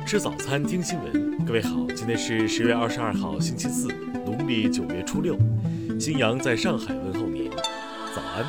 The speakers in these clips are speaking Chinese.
吃早餐，听新闻。各位好，今天是10月22号，星期四，农历9月初6。新阳在上海问候您，早安。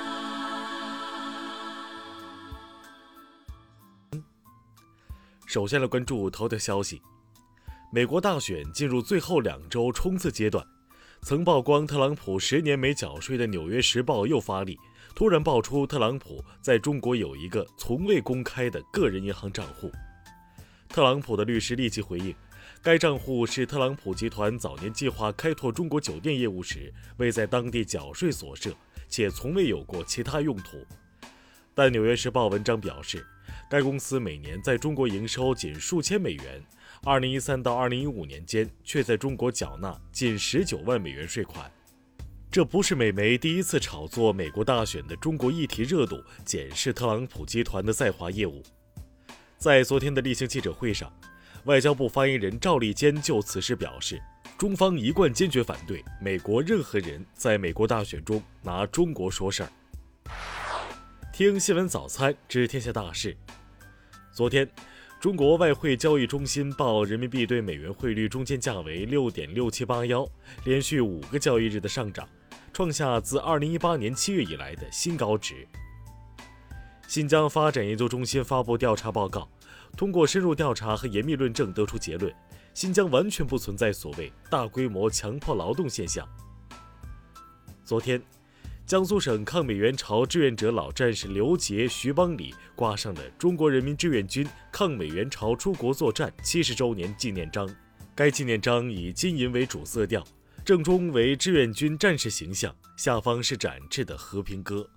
首先来关注头条消息：美国大选进入最后2周冲刺阶段，曾曝光特朗普10年没缴税的《纽约时报》又发力，突然爆出特朗普在中国有一个从未公开的个人银行账户。特朗普的律师立即回应，该账户是特朗普集团早年计划开拓中国酒店业务时未在当地缴税所设，且从未有过其他用途。但《纽约时报》文章表示，该公司每年在中国营收仅数千美元，2013到2015年间却在中国缴纳近19万美元税款。这不是美媒第一次炒作美国大选的中国议题热度，检视特朗普集团的在华业务。在昨天的例行记者会上，外交部发言人赵立坚就此事表示，中方一贯坚决反对美国任何人在美国大选中拿中国说事儿。听新闻早餐知天下大事。昨天，中国外汇交易中心报人民币对美元汇率中间价为6.6781，连续5个交易日的上涨，创下自2018年7月以来的新高值。新疆发展研究中心发布调查报告，通过深入调查和严密论证得出结论，新疆完全不存在所谓大规模强迫劳动现象。昨天，江苏省抗美援朝志愿者老战士刘杰、徐邦礼挂上了中国人民志愿军抗美援朝出国作战70周年纪念章。该纪念章以金银为主色调，正中为志愿军战士形象，下方是展翅的和平鸽。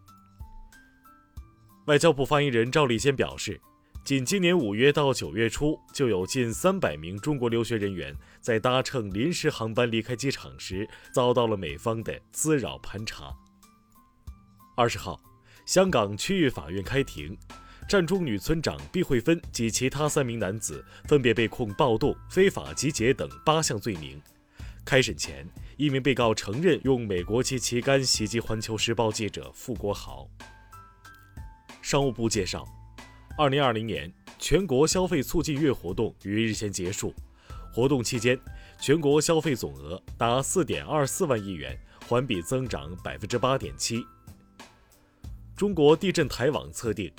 外交部发言人赵立坚表示，仅今年5月到9月初，就有近300名中国留学人员在搭乘临时航班离开机场时，遭到了美方的滋扰盘查。20号，香港区域法院开庭，占中女村长毕慧芬及其他3名男子分别被控暴动、非法集结等8项罪名。开审前，一名被告承认用美国旗旗杆袭击《环球时报》记者傅国豪。商务部介绍，2020年全国消费促进月活动于日前结束，活动期间，全国消费总额达4.24万亿元，环比增长8.7%。中国地震台网测定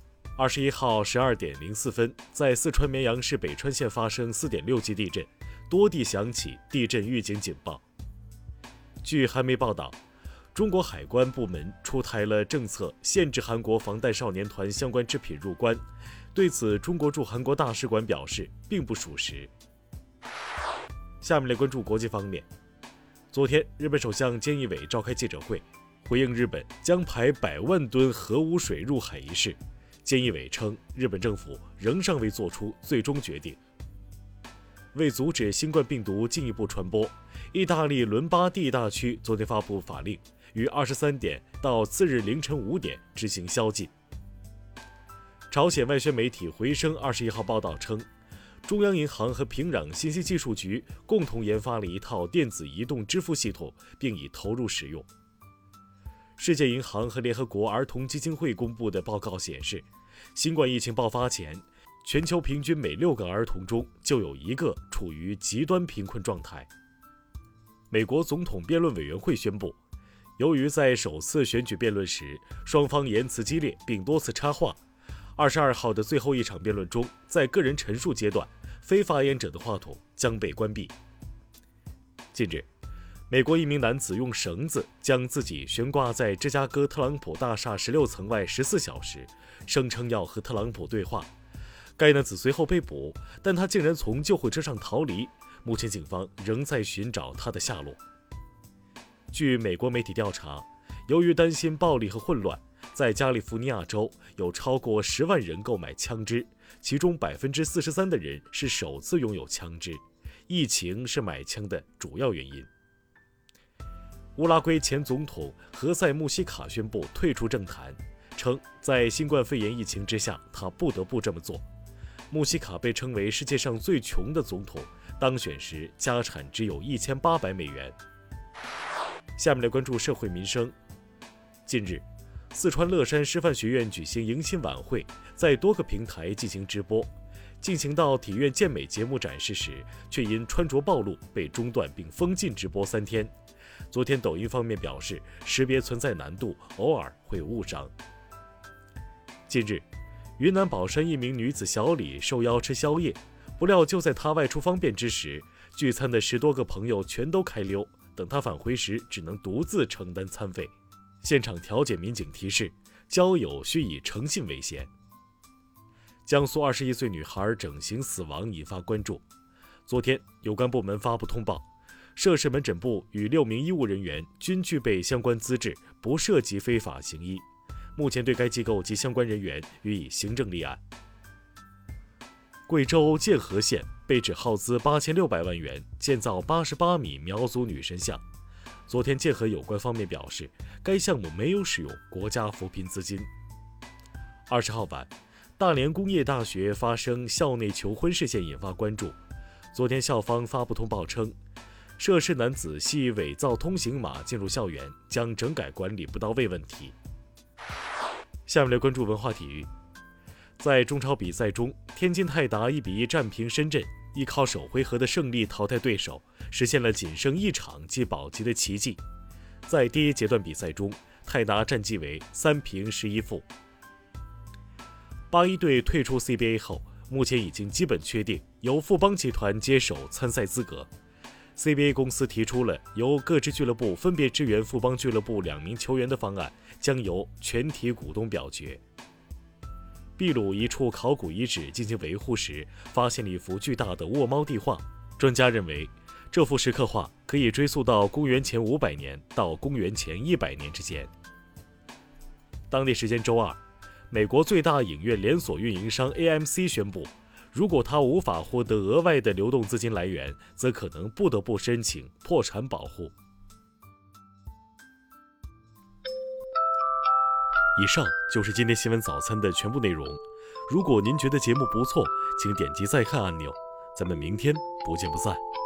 ，21号12点04分，在四川绵阳市北川县发生4.6级地震，多地响起地震预警警报。据韩媒报道，中国海关部门出台了政策，限制韩国防弹少年团相关制品入关。对此，中国驻韩国大使馆表示并不属实。下面来关注国际方面。昨天，日本首相菅义伟召开记者会，回应日本将排100万吨核污水入海一事。菅义伟称，日本政府仍尚未做出最终决定。为阻止新冠病毒进一步传播，意大利伦巴第大区昨天发布法令，于23点到次日凌晨5点执行宵禁。朝鲜外宣媒体回声21号报道称，中央银行和平壤信息技术局共同研发了一套电子移动支付系统，并已投入使用。世界银行和联合国儿童基金会公布的报告显示，新冠疫情爆发前，全球平均每6个儿童中就有1个处于极端贫困状态。美国总统辩论委员会宣布，由于在首次选举辩论时，双方言辞激烈并多次插话，22号的最后一场辩论中，在个人陈述阶段，非发言者的话筒将被关闭。近日，美国一名男子用绳子将自己悬挂在芝加哥特朗普大厦16层外14小时，声称要和特朗普对话。该男子随后被捕，但他竟然从救护车上逃离。目前警方仍在寻找他的下落。据美国媒体调查，由于担心暴力和混乱，在加利福尼亚州有超过10万人购买枪支，其中43%的人是首次拥有枪支。疫情是买枪的主要原因。乌拉圭前总统何塞·穆希卡宣布退出政坛，称在新冠肺炎疫情之下，他不得不这么做。穆希卡被称为世界上最穷的总统，当选时家产只有1800美元。下面来关注社会民生。近日，四川乐山师范学院举行迎新晚会，在多个平台进行直播。 进行到体院健美节目展示时，却因穿着暴露被中断并封禁直播3天。昨天抖音方面表示，识别存在难度，偶尔会误伤。近日，云南保山一名女子小李受邀吃宵夜，不料就在她外出方便之时，聚餐的10多个朋友全都开溜，等她返回时只能独自承担餐费。现场调解民警提示，交友需以诚信为先。江苏21岁女孩整形死亡引发关注。昨天，有关部门发布通报，涉事门诊部与6名医务人员均具备相关资质，不涉及非法行医。目前对该机构及相关人员予以行政立案。贵州建和县被指耗资8600万元建造88米苗族女神像。昨天，建和有关方面表示，该项目没有使用国家扶贫资金。20号晚，大连工业大学发生校内求婚事件引发关注。昨天校方发布通报称，涉事男子系伪造通行码进入校园，将整改管理不到位问题。下面来关注文化体育。在中超比赛中，天津泰达1比1战平深圳，依靠首回合的胜利淘汰对手，实现了仅剩1场即保级的奇迹。在第一阶段比赛中，泰达战绩为3平11负。81队退出 CBA 后，目前已经基本确定由富邦集团接手参赛资格。CBA 公司提出了由各支俱乐部分别支援富邦俱乐部2名球员的方案，将由全体股东表决。秘鲁一处考古遗址进行维护时，发现了一幅巨大的卧猫地画。专家认为，这幅石刻画可以追溯到公元前500年到公元前100年之间。当地时间周二，美国最大影院连锁运营商 AMC 宣布，如果它无法获得额外的流动资金来源，则可能不得不申请破产保护。以上就是今天新闻早餐的全部内容。如果您觉得节目不错，请点击再看按钮。咱们明天不见不散。